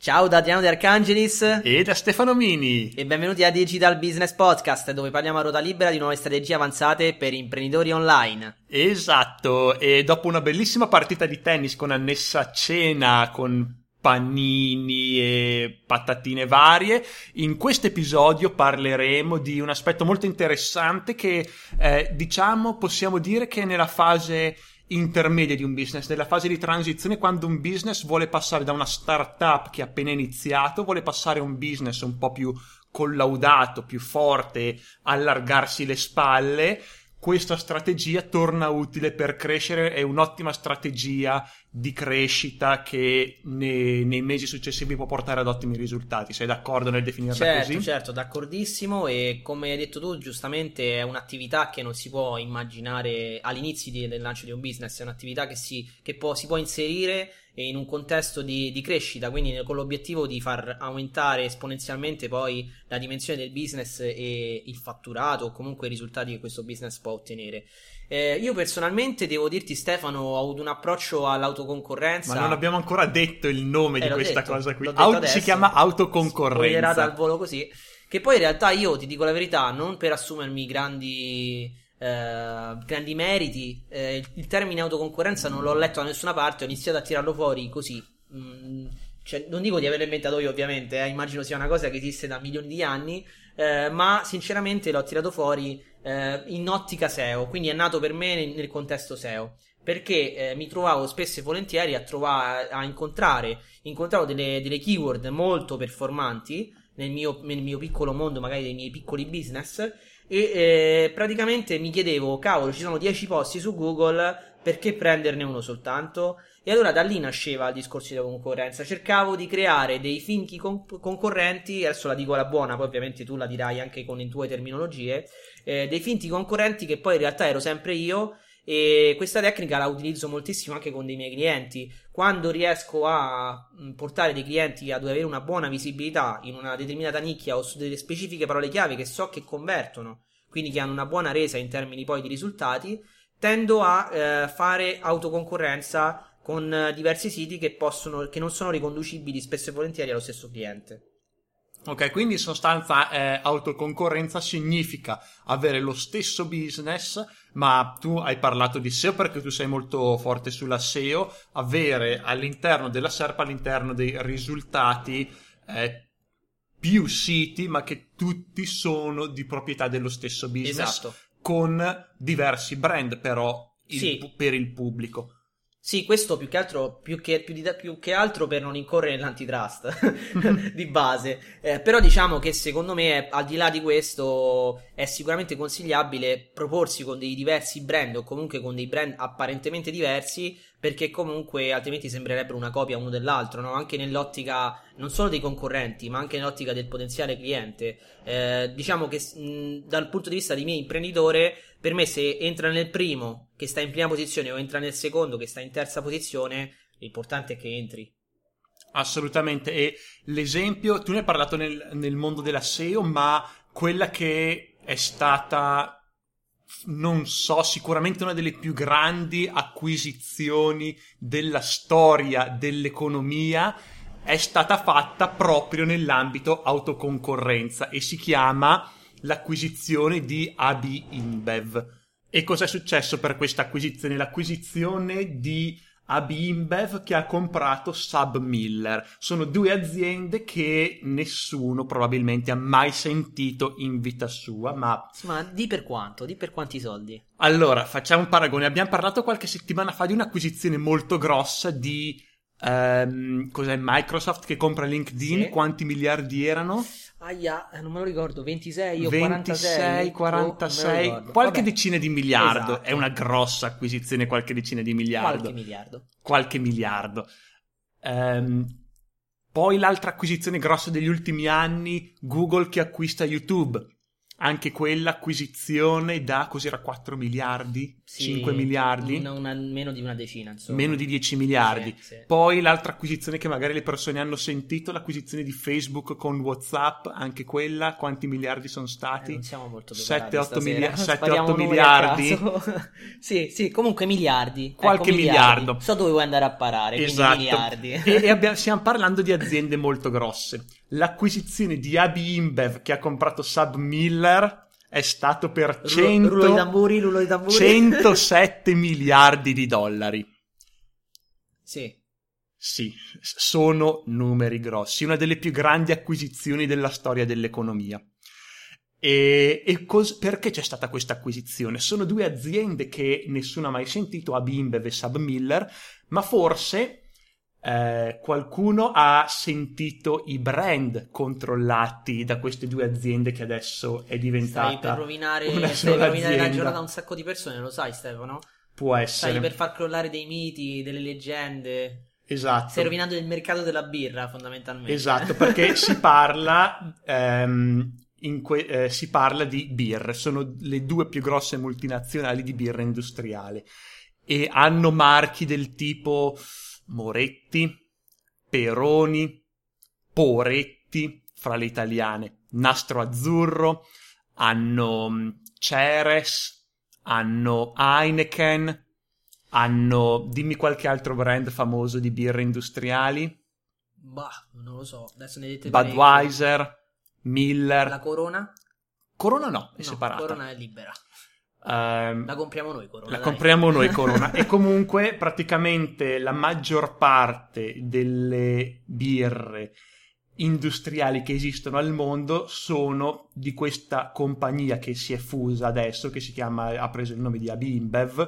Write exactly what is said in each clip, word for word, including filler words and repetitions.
Ciao da Adriano De Arcangelis e da Stefano Mini e benvenuti a Digital Business Podcast, dove parliamo a ruota libera di nuove strategie avanzate per imprenditori online. Esatto, e dopo una bellissima partita di tennis con annessa cena, con panini e patatine varie, in questo episodio parleremo di un aspetto molto interessante che eh, diciamo possiamo dire che è nella fase intermedia di un business, nella fase di transizione, quando un business vuole passare da una startup che è appena iniziato, vuole passare a un business un po' più collaudato, più forte, allargarsi le spalle. Questa strategia torna utile per crescere, è un'ottima strategia di crescita che nei, nei mesi successivi può portare ad ottimi risultati. Sei d'accordo nel definirla certo, così? Certo, d'accordissimo, e come hai detto tu giustamente è un'attività che non si può immaginare all'inizio di, del lancio di un business, è un'attività che si, che può, si può inserire in un contesto di, di crescita, quindi con l'obiettivo di far aumentare esponenzialmente poi la dimensione del business e il fatturato o comunque i risultati che questo business può ottenere. Eh, io personalmente devo dirti, Stefano, ho avuto un approccio all'autoconcorrenza. Ma non abbiamo ancora detto il nome eh, di questa detto, cosa qui. Aut- si chiama autoconcorrenza. Spoilerata al volo così. Che poi in realtà io ti dico la verità, non per assumermi grandi eh, grandi meriti, eh, il, il termine autoconcorrenza non l'ho letto da nessuna parte, ho iniziato a tirarlo fuori così. Mm, cioè, non dico di averlo inventato io, ovviamente, eh, immagino sia una cosa che esiste da milioni di anni, eh, ma sinceramente l'ho tirato fuori eh, in ottica S E O, quindi è nato per me nel, nel contesto S E O, perché eh, mi trovavo spesso e volentieri a trovare, a incontrare, incontravo delle, delle keyword molto performanti nel mio, nel mio piccolo mondo, magari dei miei piccoli business, e eh, praticamente mi chiedevo, cavolo, ci sono dieci posti su Google, perché prenderne uno soltanto? E allora da lì nasceva il discorso di concorrenza. Cercavo di creare dei finti con- concorrenti, adesso la dico alla buona, poi ovviamente tu la dirai anche con le tue terminologie, eh, dei finti concorrenti che poi in realtà ero sempre io. E questa tecnica la utilizzo moltissimo anche con dei miei clienti. Quando riesco a portare dei clienti ad avere una buona visibilità in una determinata nicchia o su delle specifiche parole chiave che so che convertono, quindi che hanno una buona resa in termini poi di risultati, tendo a eh, fare autoconcorrenza con eh, diversi siti che possono, che non sono riconducibili spesso e volentieri allo stesso cliente. Ok, quindi in sostanza eh, autoconcorrenza significa avere lo stesso business, ma tu hai parlato di S E O perché tu sei molto forte sulla S E O, avere all'interno della S E R P, all'interno dei risultati, eh, più siti, ma che tutti sono di proprietà dello stesso business, esatto, con diversi brand però il, sì. per il pubblico. Sì, questo più che altro, più che, più di, più che altro per non incorrere nell'antitrust di base. Eh, però diciamo che secondo me, al di là di questo, è sicuramente consigliabile proporsi con dei diversi brand o comunque con dei brand apparentemente diversi, perché comunque altrimenti sembrerebbero una copia uno dell'altro, no? Anche nell'ottica non solo dei concorrenti, ma anche nell'ottica del potenziale cliente. Eh, diciamo che mh, dal punto di vista di me imprenditore, per me se entra nel primo che sta in prima posizione o entra nel secondo che sta in terza posizione, l'importante è che entri. Assolutamente, e l'esempio, tu ne hai parlato nel, nel mondo della S E O, ma quella che è stata, non so, sicuramente una delle più grandi acquisizioni della storia dell'economia è stata fatta proprio nell'ambito autoconcorrenza e si chiama l'acquisizione di A B InBev. E cosa è successo per questa acquisizione? L'acquisizione di A B InBev che ha comprato SubMiller. Sono due aziende che nessuno probabilmente ha mai sentito in vita sua, ma... Sì, ma di per quanto? Di per quanti soldi? Allora, facciamo un paragone. Abbiamo parlato qualche settimana fa di un'acquisizione molto grossa di... Um, cos'è? Microsoft che compra LinkedIn. Sì. Quanti miliardi erano? Aia, non me lo ricordo, ventisei o ventisei, quarantasei, quarantasei, oh, qualche Vabbè. decina di miliardo. Esatto. È una grossa acquisizione, qualche decina di miliardo. Qualche miliardo. Qualche miliardo. Um, poi l'altra acquisizione grossa degli ultimi anni, Google che acquista YouTube. Anche quella acquisizione da, cos'era, quattro miliardi? Sì, cinque miliardi? Una, una- meno di una decina, insomma. Meno di dieci miliardi. Sì, sì. Poi l'altra acquisizione che magari le persone hanno sentito, l'acquisizione di Facebook con WhatsApp, anche quella, quanti miliardi sono Eh, stati? non siamo molto sette otto preparati stasera. milia- sette Spariamo otto numeri a miliardi. caso. Sì, sì, comunque miliardi. Qualche Ecco, miliardi. miliardo. So dove vuoi andare a parare, quindi Esatto. miliardi. E, e abbia- stiamo parlando di aziende molto grosse. L'acquisizione di A B InBev che ha comprato SABMiller è stato per cento Rullo di tamburi, rullo di tamburi. centosette miliardi di dollari. Sì. Sì, s- sono numeri grossi, una delle più grandi acquisizioni della storia dell'economia. E, e cos- perché c'è stata questa acquisizione? Sono due aziende che nessuno ha mai sentito, A B InBev e SABMiller, ma forse eh, qualcuno ha sentito i brand controllati da queste due aziende che adesso è diventata Stai per rovinare, una stai per sola rovinare la azienda. giornata a un sacco di persone, lo sai, Stefano? Può Stai essere. per far crollare dei miti, delle leggende. Esatto. Stai rovinando il mercato della birra, fondamentalmente. Esatto, perché si parla, ehm, in que- eh, si parla di birre, sono le due più grosse multinazionali di birra industriale e hanno marchi del tipo Moretti, Peroni, Poretti, fra le italiane, Nastro Azzurro, hanno mh, Ceres, hanno Heineken, hanno, dimmi qualche altro brand famoso di birre industriali. Bah, non lo so. Adesso ne dite Budweiser, Miller. La Corona? Corona no, è No, separata. Corona è libera. Ehm, La compriamo noi, Corona. la dai. compriamo noi Corona. E comunque praticamente la maggior parte delle birre industriali che esistono al mondo sono di questa compagnia che si è fusa adesso, che si chiama, ha preso il nome di A B InBev.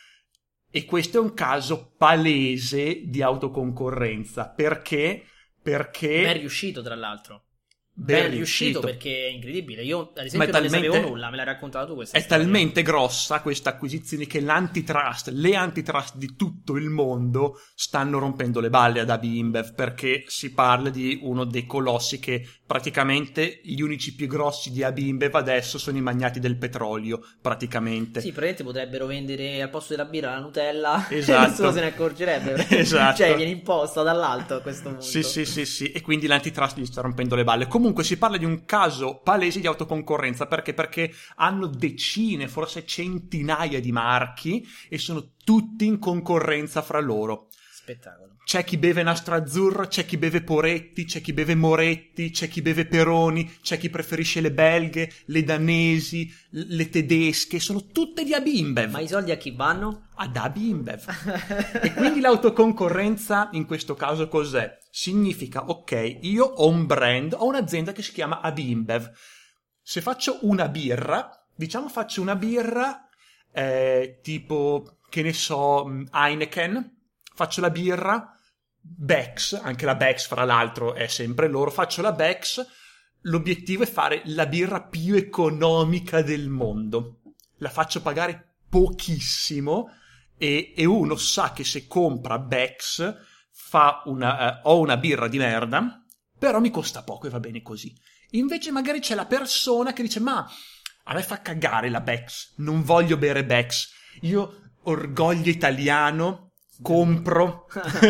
E questo è un caso palese di autoconcorrenza. Perché? Perché Ben riuscito, tra l'altro. Ben Ben, riuscito. riuscito. perché è incredibile. Io, ad Ma esempio, è non ne talmente- sapevo nulla, me l'hai raccontato tu questa è storia. talmente grossa questa acquisizione che l'antitrust, le antitrust di tutto il mondo stanno rompendo le balle ad A B InBev, perché si parla di uno dei colossi che praticamente gli unici più grossi di A B InBev adesso sono i magnati del petrolio, praticamente. Sì, probabilmente potrebbero vendere al posto della birra la Nutella. Esatto. E nessuno se ne accorgerebbe. perché- Esatto. Cioè, viene imposta dall'alto a questo punto. Sì, sì, sì, sì, e quindi l'antitrust gli sta rompendo le balle. Comunque si parla di un caso palese di autoconcorrenza, perché? Perché hanno decine, forse centinaia di marchi e sono tutti in concorrenza fra loro. Spettacolo. C'è chi beve Nastro Azzurro, c'è chi beve Poretti, c'è chi beve Moretti, c'è chi beve Peroni, c'è chi preferisce le belghe, le danesi, l- le tedesche, sono tutte di A B InBev. Ma i soldi a chi vanno? Ad A B InBev. E quindi l'autoconcorrenza in questo caso cos'è? Significa, ok, io ho un brand, ho un'azienda che si chiama A B InBev. Se faccio una birra, diciamo faccio una birra eh, tipo, che ne so, Heineken, faccio la birra Beck's, anche la Beck's fra l'altro è sempre loro, faccio la Beck's, l'obiettivo è fare la birra più economica del mondo. La faccio pagare pochissimo e, e uno sa che se compra Beck's fa una, eh, ho una birra di merda, però mi costa poco e va bene così. Invece magari c'è la persona che dice ma a me fa cagare la Beck's, non voglio bere Beck's, io orgoglio italiano, compro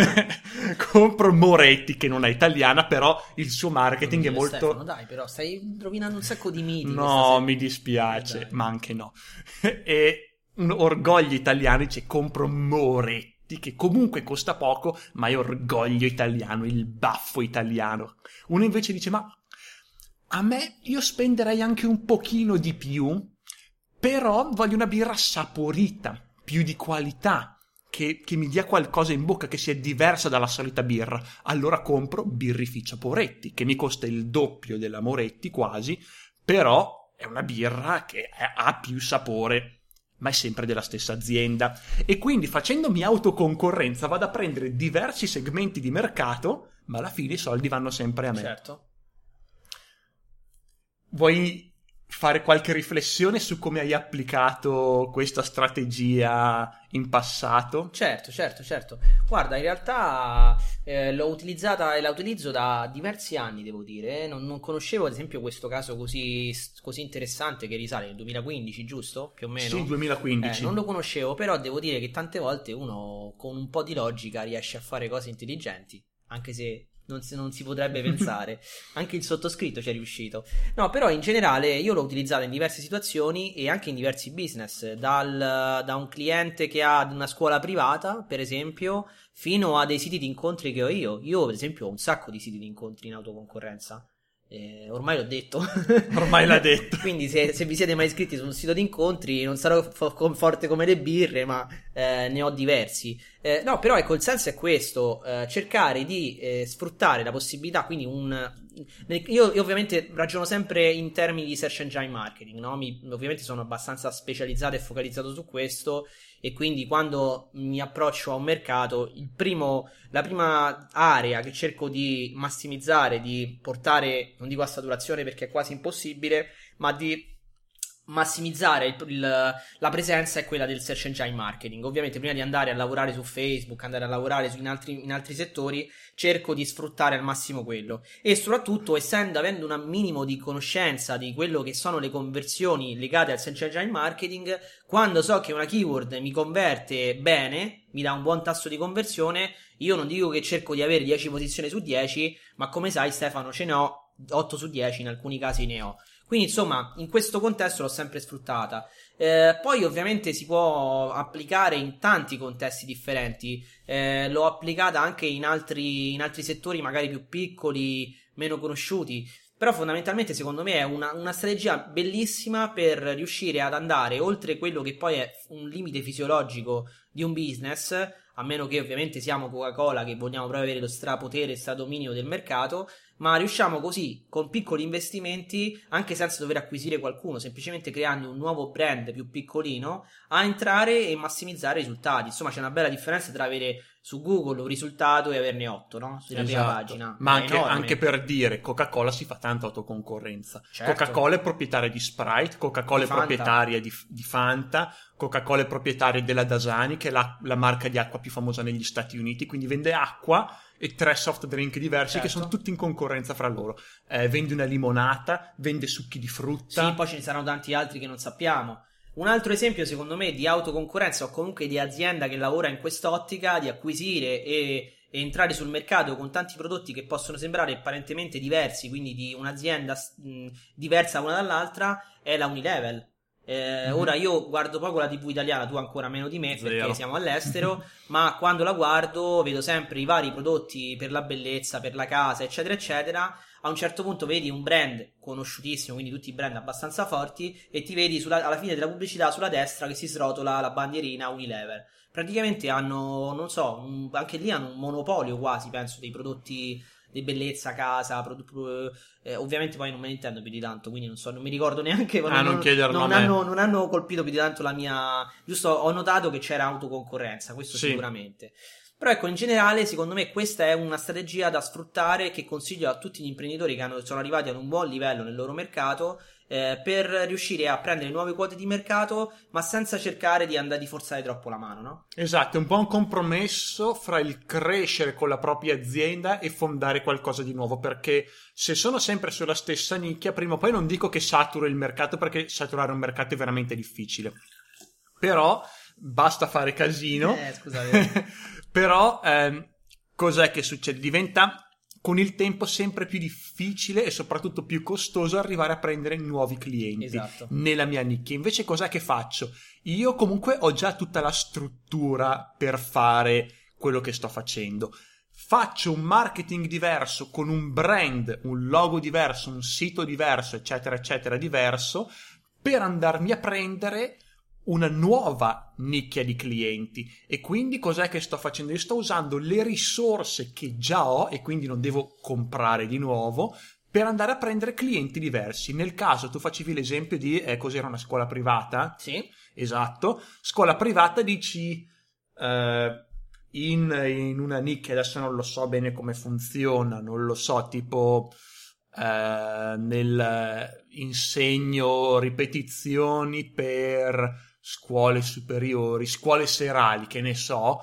compro Moretti che non è italiana, però il suo marketing è Oddio, molto Stefano, dai, però stai rovinando un sacco di miti. questa no, sera. mi dispiace, Dai. ma anche no. E un orgoglio italiano dice compro Moretti che comunque costa poco, ma è orgoglio italiano, il baffo italiano. Uno invece dice ma a me io spenderei anche un pochino di più, però voglio una birra saporita, più di qualità. Che, che mi dia qualcosa in bocca, che sia diversa dalla solita birra. Allora compro birrificio Poretti, che mi costa il doppio della Moretti quasi, però è una birra che è- ha più sapore, ma è sempre della stessa azienda. E quindi facendomi autoconcorrenza vado a prendere diversi segmenti di mercato, ma alla fine i soldi vanno sempre a me. Certo. Vuoi fare qualche riflessione su come hai applicato questa strategia in passato? Certo, certo, certo. Guarda, in realtà eh, l'ho utilizzata e la utilizzo da diversi anni, devo dire. Non, non conoscevo, ad esempio, questo caso così, così interessante che risale nel duemilaquindici, giusto? Più o meno. Sì, duemilaquindici. Eh, non lo conoscevo, però devo dire che tante volte uno con un po' di logica riesce a fare cose intelligenti, anche se non si, non si potrebbe pensare. Anche il sottoscritto ci è riuscito. No, però in generale io l'ho utilizzato in diverse situazioni e anche in diversi business, dal, da un cliente che ha una scuola privata, per esempio, fino a dei siti di incontri che ho io. Io, per esempio, ho un sacco di siti di incontri in autoconcorrenza. Eh, ormai l'ho detto. Ormai l'ha detto. Quindi se, se vi siete mai iscritti su un sito di incontri, non sarò fo- forte come le birre, ma eh, ne ho diversi. Eh, no, però ecco, il senso è questo, eh, cercare di eh, sfruttare la possibilità, quindi un... Io, io ovviamente ragiono sempre in termini di search engine marketing, no? Mi, ovviamente sono abbastanza specializzato e focalizzato su questo, e quindi quando mi approccio a un mercato, il primo, la prima area che cerco di massimizzare, di portare, non dico a saturazione perché è quasi impossibile, ma di massimizzare il, il, la presenza è quella del search engine marketing. Ovviamente prima di andare a lavorare su Facebook, andare a lavorare su, in, altri, in altri settori, cerco di sfruttare al massimo quello, e soprattutto essendo avendo un minimo di conoscenza di quello che sono le conversioni legate al search engine marketing, quando so che una keyword mi converte bene, mi dà un buon tasso di conversione, io non dico che cerco di avere dieci posizioni su dieci, ma come sai Stefano, ce ne ho otto su dieci, in alcuni casi ne ho. Quindi insomma, in questo contesto l'ho sempre sfruttata. Eh, poi ovviamente si può applicare in tanti contesti differenti. Eh, l'ho applicata anche in altri, in altri settori magari più piccoli, meno conosciuti. Però fondamentalmente secondo me è una, una strategia bellissima per riuscire ad andare oltre quello che poi è un limite fisiologico di un business, a meno che ovviamente siamo Coca-Cola che vogliamo proprio avere lo strapotere e stradominio del mercato, ma riusciamo così con piccoli investimenti, anche senza dover acquisire qualcuno, semplicemente creando un nuovo brand più piccolino, a entrare e massimizzare i risultati. Insomma, c'è una bella differenza tra avere su Google un risultato e averne otto, no? Sulla esatto. prima pagina. Ma anche, anche per dire, Coca-Cola si fa tanta autoconcorrenza. Certo. Coca-Cola è proprietaria di Sprite, Coca-Cola di è proprietaria di, di Fanta, Coca-Cola è proprietaria della Dasani, che è la, la marca di acqua più famosa negli Stati Uniti, quindi vende acqua e tre soft drink diversi, certo, che sono tutti in concorrenza fra loro. Eh, vende una limonata, vende succhi di frutta. Sì, poi ce ne saranno tanti altri che non sappiamo. Un altro esempio, secondo me, di autoconcorrenza o comunque di azienda che lavora in quest'ottica di acquisire e, e entrare sul mercato con tanti prodotti che possono sembrare apparentemente diversi, quindi di un'azienda mh, diversa una dall'altra, è la Unilevel. Eh, mm-hmm. Ora io guardo poco la tivù italiana, tu ancora meno di me, perché Zero. siamo all'estero, ma quando la guardo vedo sempre i vari prodotti per la bellezza, per la casa, eccetera eccetera. A un certo punto vedi un brand conosciutissimo, quindi tutti i brand abbastanza forti, e ti vedi sulla, alla fine della pubblicità sulla destra che si srotola la bandierina Unilever. Praticamente hanno, non so, un, anche lì hanno un monopolio quasi, penso, dei prodotti di bellezza, casa, produ- eh, ovviamente poi non me ne intendo più di tanto, quindi non so, non mi ricordo neanche. Ah, non, non chiederlo non a me. hanno, non hanno colpito più di tanto la mia... Giusto, ho notato che c'era autoconcorrenza, questo sì, sicuramente. Però ecco, in generale, secondo me questa è una strategia da sfruttare, che consiglio a tutti gli imprenditori che hanno, sono arrivati ad un buon livello nel loro mercato, eh, per riuscire a prendere nuove quote di mercato, ma senza cercare di andare di forzare troppo la mano, no? Esatto, è un po' un compromesso fra il crescere con la propria azienda e fondare qualcosa di nuovo, perché se sono sempre sulla stessa nicchia, prima o poi, non dico che saturo il mercato, perché saturare un mercato è veramente difficile, però basta fare casino. Eh, scusate. Però ehm, cos'è che succede? Diventa con il tempo sempre più difficile e soprattutto più costoso arrivare a prendere nuovi clienti, esatto, nella mia nicchia. Invece cos'è che faccio? Io comunque ho già tutta la struttura per fare quello che sto facendo. Faccio un marketing diverso, con un brand, un logo diverso, un sito diverso, eccetera eccetera diverso, per andarmi a prendere una nuova nicchia di clienti. E quindi cos'è che sto facendo? Io sto usando le risorse che già ho, e quindi non devo comprare di nuovo, per andare a prendere clienti diversi. Nel caso tu facevi l'esempio di eh, cos'era, una scuola privata? Sì, esatto. Scuola privata, dici eh, in, in una nicchia, adesso non lo so bene come funziona, non lo so, tipo eh, nel insegno ripetizioni per scuole superiori, scuole serali, che ne so,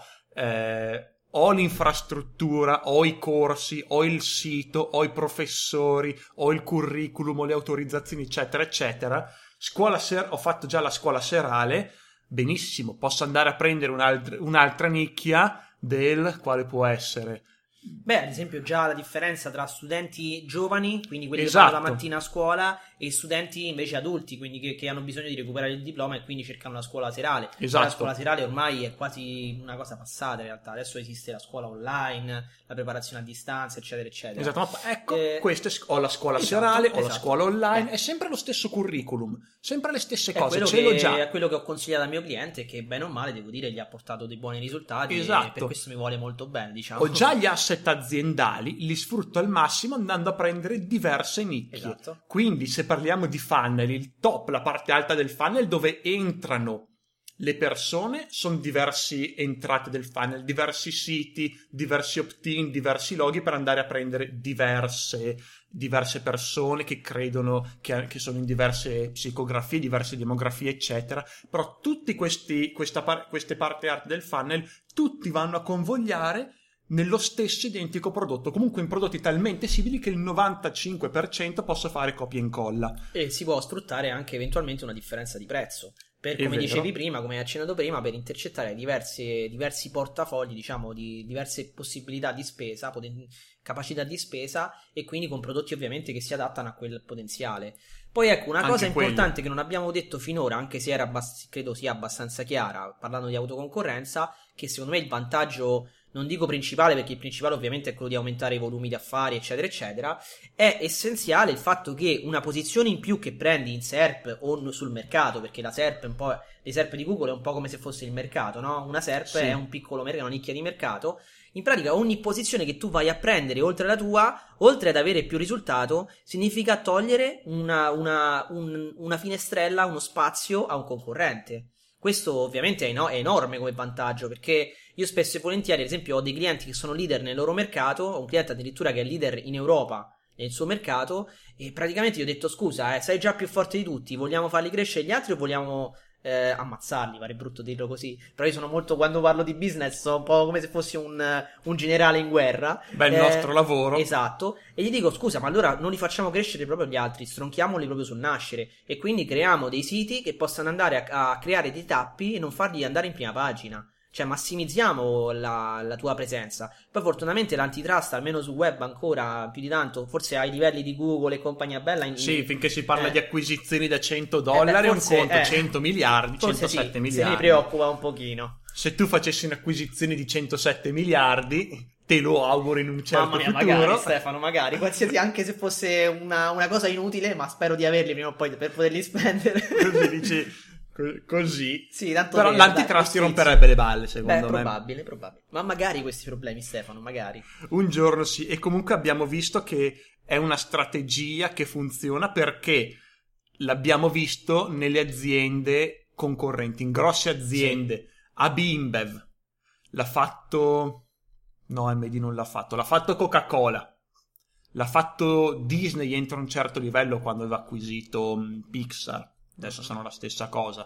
eh, ho l'infrastruttura, ho i corsi, ho il sito, ho i professori, ho il curriculum, ho le autorizzazioni, eccetera, eccetera. Scuola ser- ho fatto già la scuola serale, benissimo, posso andare a prendere un'alt- un'altra nicchia del quale può essere. Beh, ad esempio già la differenza tra studenti giovani, quindi quelli Esatto. che vanno la mattina a scuola, e studenti invece adulti, quindi che, che hanno bisogno di recuperare il diploma e quindi cercano la scuola serale. Esatto. La scuola serale ormai è quasi una cosa passata in realtà, adesso esiste la scuola online, la preparazione a distanza, eccetera, eccetera. Esatto, ma ecco, Eh, questa è, ho la scuola esatto, serale, ho la esatto. scuola online, Eh. è sempre lo stesso curriculum, sempre le stesse È cose, quello, ce che, l'ho già. è quello che ho consigliato al mio cliente, che bene o male, devo dire, gli ha portato dei buoni risultati, Esatto. e per questo mi vuole molto bene, diciamo. Ho già gli asset aziendali, li sfrutto al massimo andando a prendere diverse nicchie. Esatto. Quindi se parliamo di funnel, il top, la parte alta del funnel dove entrano le persone, sono diverse entrate del funnel, diversi siti, diversi opt-in, diversi loghi per andare a prendere diverse, diverse persone che credono che, che sono in diverse psicografie, diverse demografie, eccetera. Però tutti questi, questa par- queste parti alte del funnel, tutti vanno a convogliare nello stesso identico prodotto, comunque in prodotti talmente simili che il novantacinque per cento posso fare copia e incolla. E si può sfruttare anche eventualmente una differenza di prezzo. Per, come vero. dicevi prima, come hai accennato prima, per intercettare diverse, diversi portafogli, diciamo, di diverse possibilità di spesa, poten- capacità di spesa, e quindi con prodotti ovviamente che si adattano a quel potenziale. Poi ecco, una Anche cosa importante quello. che non abbiamo detto finora, anche se era abbast- credo sia abbastanza chiara, parlando di autoconcorrenza, che secondo me il vantaggio, non dico principale, perché il principale ovviamente è quello di aumentare i volumi di affari, eccetera, eccetera, è essenziale il fatto che una posizione in più che prendi in S E R P o sul mercato, perché la S E R P è un po', le S E R P di Google è un po' come se fosse il mercato, no? Una S E R P Sì. è un piccolo mercato, una nicchia di mercato. In pratica ogni posizione che tu vai a prendere oltre la tua, oltre ad avere più risultato, significa togliere una, una, un, una finestrella, uno spazio a un concorrente. Questo ovviamente è, no, è enorme come vantaggio, perché io spesso e volentieri, ad esempio, ho dei clienti che sono leader nel loro mercato, ho un cliente addirittura che è leader in Europa nel suo mercato, e praticamente gli ho detto: scusa, eh, sei già più forte di tutti, vogliamo farli crescere gli altri o vogliamo eh, ammazzarli? Pare brutto dirlo così, però io sono molto, quando parlo di business, sono un po' come se fossi un, un generale in guerra. Beh, il Eh, nostro lavoro. Esatto, e gli dico: scusa, ma allora non li facciamo crescere proprio gli altri, stronchiamoli proprio sul nascere, e quindi creiamo dei siti che possano andare a, a creare dei tappi e non farli andare in prima pagina. Cioè massimizziamo la, la tua presenza. Poi fortunatamente l'antitrust, almeno sul web, ancora più di tanto, forse ai livelli di Google e compagnia bella, in, Sì, finché si parla eh. di acquisizioni da cento dollari, Eh beh, forse, un conto eh, cento miliardi, forse centosette sì, miliardi. se ne preoccupa un pochino. Se tu facessi un'acquisizione di centosette miliardi, te lo auguro in un certo Mamma mia, futuro. magari Stefano, magari, qualsiasi, anche se fosse una, una cosa inutile, ma spero di averli prima o poi per poterli spendere. Così dici, co- così. Sì, tanto Però per- l'antitrust ti dai, romperebbe le balle, Beh, secondo me. probabile, probabile. Ma magari questi problemi, Stefano, magari. Un giorno sì. E comunque abbiamo visto che è una strategia che funziona, perché l'abbiamo visto nelle aziende concorrenti, in grosse aziende. A B InBev l'ha fatto... No, M D non l'ha fatto. L'ha fatto Coca-Cola. L'ha fatto Disney entro un certo livello quando aveva acquisito mh, Pixar. Adesso sono la stessa cosa.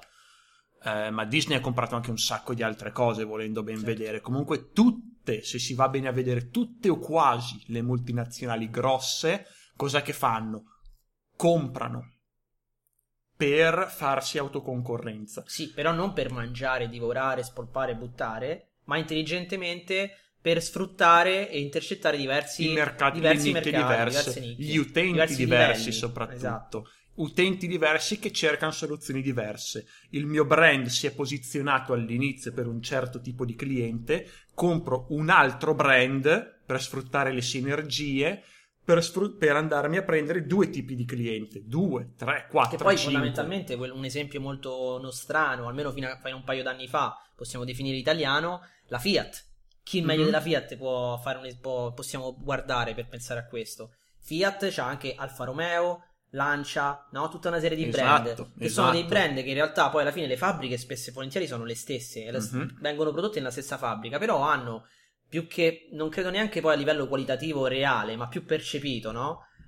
Eh, ma Disney ha comprato anche un sacco di altre cose, volendo ben Certo. vedere. Comunque tutte, se si va bene a vedere, tutte o quasi le multinazionali grosse, cos'è che fanno? Comprano per farsi autoconcorrenza. Sì, però non per mangiare, divorare, spolpare, buttare, ma intelligentemente per sfruttare e intercettare diversi I mercati, diversi le nicchie mercati, diverse, diverse nicchie, gli utenti diversi diversi livelli. soprattutto. Esatto. Utenti diversi che cercano soluzioni diverse. Il mio brand si è posizionato all'inizio per un certo tipo di cliente, compro un altro brand per sfruttare le sinergie, per, sfru- per andarmi a prendere due tipi di cliente, due, tre, quattro, Che poi cinque. fondamentalmente quel- un esempio molto nostrano, almeno fino a, fino a un paio d'anni fa, possiamo definire italiano, la Fiat. Chi meglio Mhm. della Fiat può fare un, può- possiamo guardare per pensare a questo? Fiat c'ha anche Alfa Romeo, Lancia, no? Tutta una serie di brand Esatto, che esatto. sono dei brand che in realtà poi alla fine le fabbriche spesso e volentieri sono le stesse, e le- Mhm. vengono prodotte nella stessa fabbrica, però hanno più che, non credo neanche poi a livello qualitativo reale, ma più percepito, no?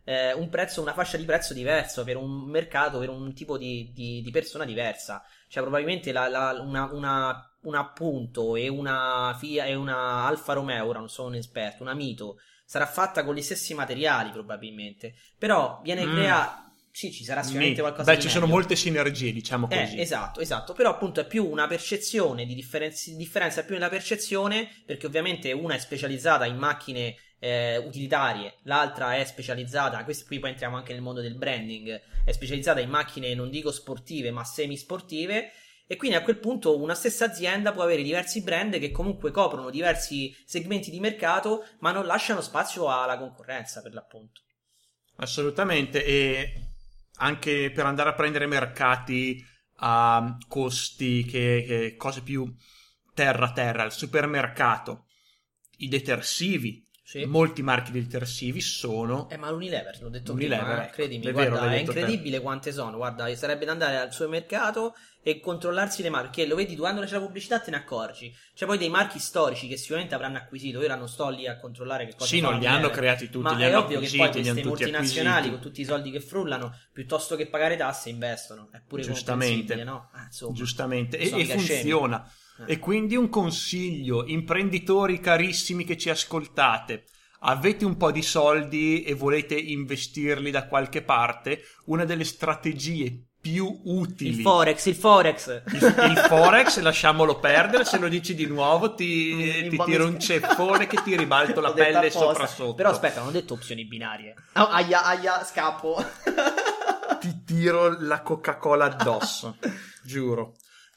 eh, un prezzo, una fascia di prezzo diverso per un mercato, per un tipo di, di, di persona diversa. Cioè probabilmente la, la, una, una, una Punto e una Fia e una Alfa Romeo, ora non sono un esperto, una Mito sarà fatta con gli stessi materiali probabilmente, però viene mm. creata. Sì, ci sarà sicuramente Mi... qualcosa Beh, di ci meglio. sono molte sinergie, diciamo così. Eh, esatto, esatto. Però appunto è più una percezione di differenza, differenza è più nella percezione, perché ovviamente una è specializzata in macchine eh, utilitarie, l'altra è specializzata, questo qui poi entriamo anche nel mondo del branding, è specializzata in macchine non dico sportive ma semi-sportive, e quindi a quel punto una stessa azienda può avere diversi brand che comunque coprono diversi segmenti di mercato, ma non lasciano spazio alla concorrenza, per l'appunto. Assolutamente, e anche per andare a prendere mercati a costi che, che cose più terra terra, al supermercato, i detersivi, sì. Molti marchi di detersivi sono eh ma l'Unilever, l'ho detto Unilever, prima, ecco, eh, credimi, è, guarda, vero, è incredibile te. Quante sono, guarda, sarebbe da andare al supermercato e controllarsi le marche, lo vedi, tu quando c'è la pubblicità te ne accorgi, c'è poi dei marchi storici che sicuramente avranno acquisito, io non sto lì a controllare che cosa sì, non li hanno creati tutti, ma li è hanno ovvio acquisiti, che poi queste multinazionali acquisiti. Con tutti i soldi che frullano, piuttosto che pagare tasse investono, è pure giustamente, no? Ah, insomma, giustamente, e, e funziona eh. E quindi un consiglio, imprenditori carissimi che ci ascoltate, avete un po' di soldi e volete investirli da qualche parte, una delle strategie più utili, il forex, il forex il, il forex, lasciamolo perdere, se lo dici di nuovo ti, ti tiro un ceffone che ti ribalto la pelle sopra sotto. Però aspetta, non ho detto opzioni binarie. Oh, aia, aia, scappo. Ti tiro la Coca-Cola addosso, giuro.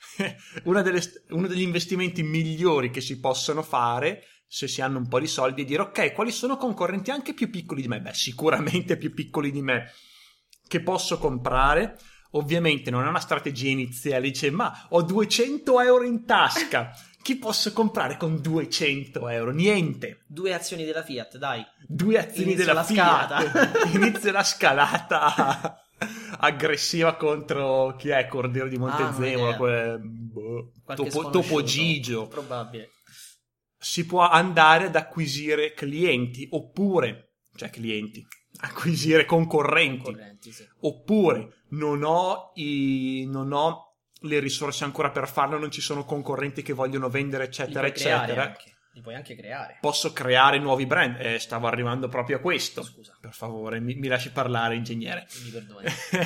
Una delle, uno degli investimenti migliori che si possono fare se si hanno un po' di soldi è dire ok, quali sono concorrenti anche più piccoli di me? Beh, sicuramente più piccoli di me che posso comprare. Ovviamente non è una strategia iniziale, dice ma ho duecento euro in tasca, chi posso comprare con duecento euro? Niente. Due azioni della Fiat, dai. Due azioni Inizio della la Fiat. scalata. Inizia la scalata aggressiva contro chi è? Corriere di Montezemolo, ah, quel, boh, Topo, Topo Gigio. Probabile. Si può andare ad acquisire clienti oppure, cioè clienti, acquisire concorrenti, concorrenti sì. Oppure non ho, i, non ho le risorse ancora per farlo, non ci sono concorrenti che vogliono vendere eccetera li puoi eccetera anche. Li puoi anche creare. Posso creare nuovi brand, eh, stavo arrivando proprio a questo. Scusa, per favore mi, mi lasci parlare, ingegnere. Mi perdoni.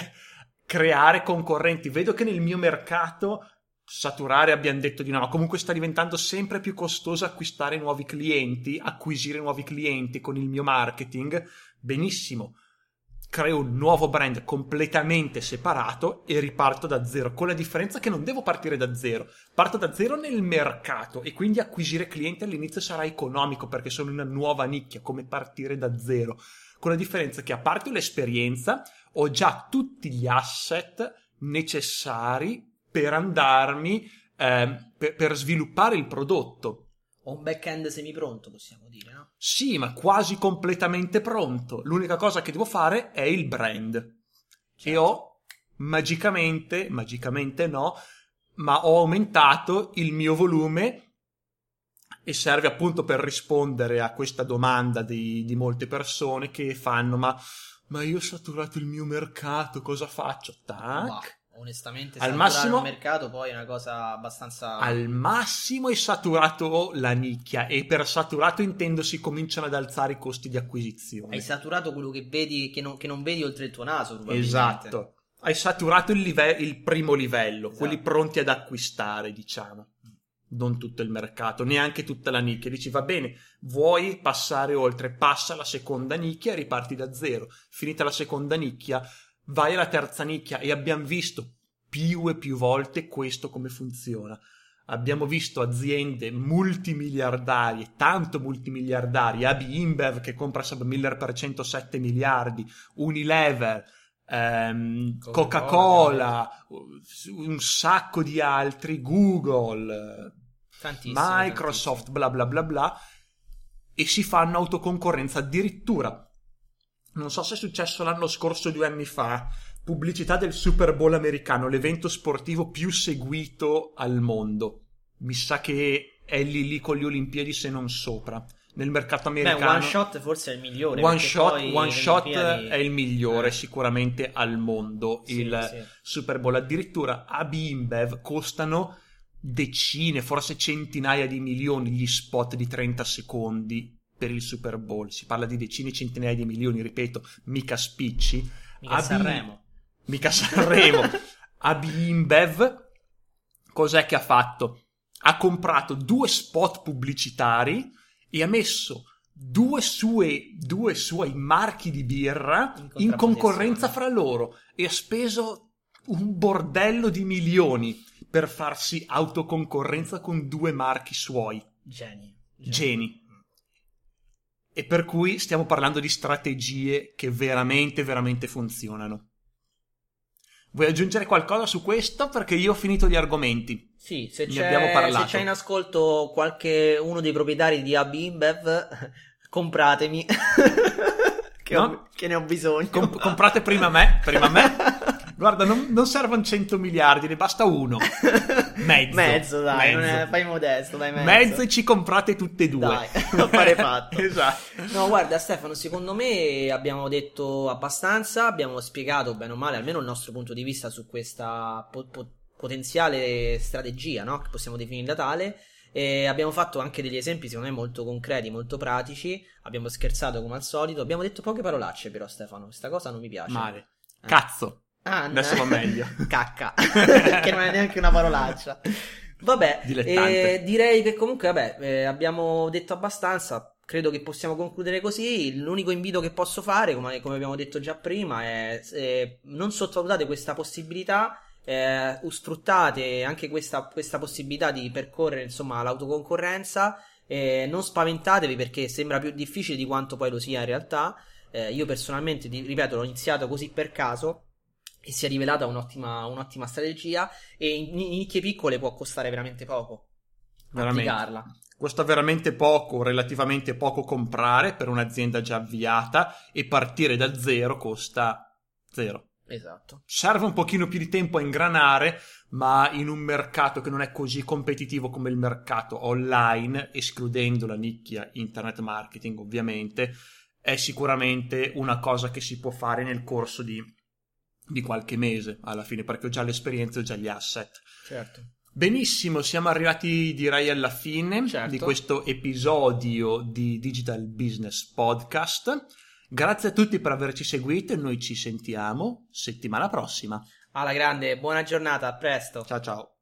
Creare concorrenti, vedo che nel mio mercato saturare abbiamo detto di no, comunque sta diventando sempre più costoso acquistare nuovi clienti, acquisire nuovi clienti con il mio marketing. Benissimo, creo un nuovo brand completamente separato e riparto da zero, con la differenza che non devo partire da zero, parto da zero nel mercato e quindi acquisire clienti all'inizio sarà economico perché sono una nuova nicchia, come partire da zero, con la differenza che a parte l'esperienza ho già tutti gli asset necessari per andarmi eh, per, per sviluppare il prodotto. Ho un back-end semi-pronto, possiamo dire, no? Sì, ma quasi completamente pronto. L'unica cosa che devo fare è il brand. Certo. E ho magicamente, magicamente no, ma ho aumentato il mio volume e serve appunto per rispondere a questa domanda di, di molte persone che fanno ma, ma io ho saturato il mio mercato, cosa faccio? Tac. Bah. Onestamente, al massimo il mercato poi è una cosa abbastanza. Al massimo hai saturato la nicchia, e per saturato intendo si cominciano ad alzare i costi di acquisizione. Hai saturato quello che vedi, che non, che non vedi oltre il tuo naso, probabilmente. Esatto. Hai saturato il, live- il primo livello, esatto. Quelli pronti ad acquistare, diciamo. Non tutto il mercato, neanche tutta la nicchia. Dici va bene, vuoi passare oltre, passa alla seconda nicchia e riparti da zero. Finita la seconda nicchia, vai alla terza nicchia, e abbiamo visto più e più volte questo come funziona. Abbiamo visto aziende multimiliardarie, tanto multimiliardarie, A B InBev che compra Submiller per centosette miliardi, Unilever, ehm, Coca-Cola, un sacco di altri, Google, Microsoft, bla bla bla bla, e si fanno autoconcorrenza. Addirittura, non so se è successo l'anno scorso o due anni fa, pubblicità del Super Bowl americano, l'evento sportivo più seguito al mondo. Mi sa che è lì lì con le Olimpiadi, se non sopra. nel mercato americano. Beh, One Shot forse è il migliore. One Shot, poi One Shot Olimpiadi... è il migliore eh. sicuramente al mondo. Sì, il sì. Super Bowl, addirittura A B InBev costano decine, forse centinaia di milioni gli spot di trenta secondi per il Super Bowl. Si parla di decine e centinaia di milioni, ripeto, mica spicci. Mica A B Sanremo. Mica Sanremo. A B InBev cos'è che ha fatto? Ha comprato due spot pubblicitari e ha messo due, sue, due suoi marchi di birra in, in concorrenza fra loro e ha speso un bordello di milioni per farsi autoconcorrenza con due marchi suoi. Geni. Geni. Geni. E per cui stiamo parlando di strategie che veramente, veramente funzionano. Vuoi aggiungere qualcosa su questo? Perché io ho finito gli argomenti. Sì, se ne c'è, abbiamo parlato. Se c'è in ascolto qualche uno dei proprietari di A B InBev, compratemi. che, no? ho, che ne ho bisogno. Com- comprate prima me, prima me. Guarda, non, non servono cento miliardi, ne basta uno. Mezzo. Mezzo, dai, mezzo. Non è, fai modesto, dai, mezzo. Mezzo e ci comprate tutte e due. Dai, affare fatto. Esatto. No, guarda Stefano, secondo me abbiamo detto abbastanza, abbiamo spiegato bene o male almeno il nostro punto di vista su questa po- po- potenziale strategia, no? Che possiamo definirla tale. E abbiamo fatto anche degli esempi secondo me molto concreti, molto pratici. Abbiamo scherzato come al solito, abbiamo detto poche parolacce però Stefano, questa cosa non mi piace. Male. Eh. Cazzo. Ah, adesso va meglio. Cacca. Che non è neanche una parolaccia. Vabbè, eh, direi che comunque vabbè, eh, abbiamo detto abbastanza. Credo che possiamo concludere così. L'unico invito che posso fare, come, come abbiamo detto già prima, è eh, non sottovalutate questa possibilità. Eh, sfruttate anche questa, questa possibilità di percorrere insomma l'autoconcorrenza. Eh, non spaventatevi perché sembra più difficile di quanto poi lo sia in realtà. Eh, io personalmente, ti, ripeto, l'ho iniziato così per caso e si è rivelata un'ottima, un'ottima strategia e in, in nicchie piccole può costare veramente poco veramente. applicarla. Costa veramente poco, relativamente poco comprare per un'azienda già avviata e partire da zero costa zero. Esatto. Serve un pochino più di tempo a ingranare, ma in un mercato che non è così competitivo come il mercato online, escludendo la nicchia internet marketing ovviamente, è sicuramente una cosa che si può fare nel corso di di qualche mese alla fine, perché ho già l'esperienza, ho già gli asset. Certo. Benissimo, siamo arrivati direi alla fine certo. di questo episodio di Digital Business Podcast. Grazie a tutti per averci seguito e noi ci sentiamo settimana prossima. Alla grande, buona giornata, a presto. Ciao ciao.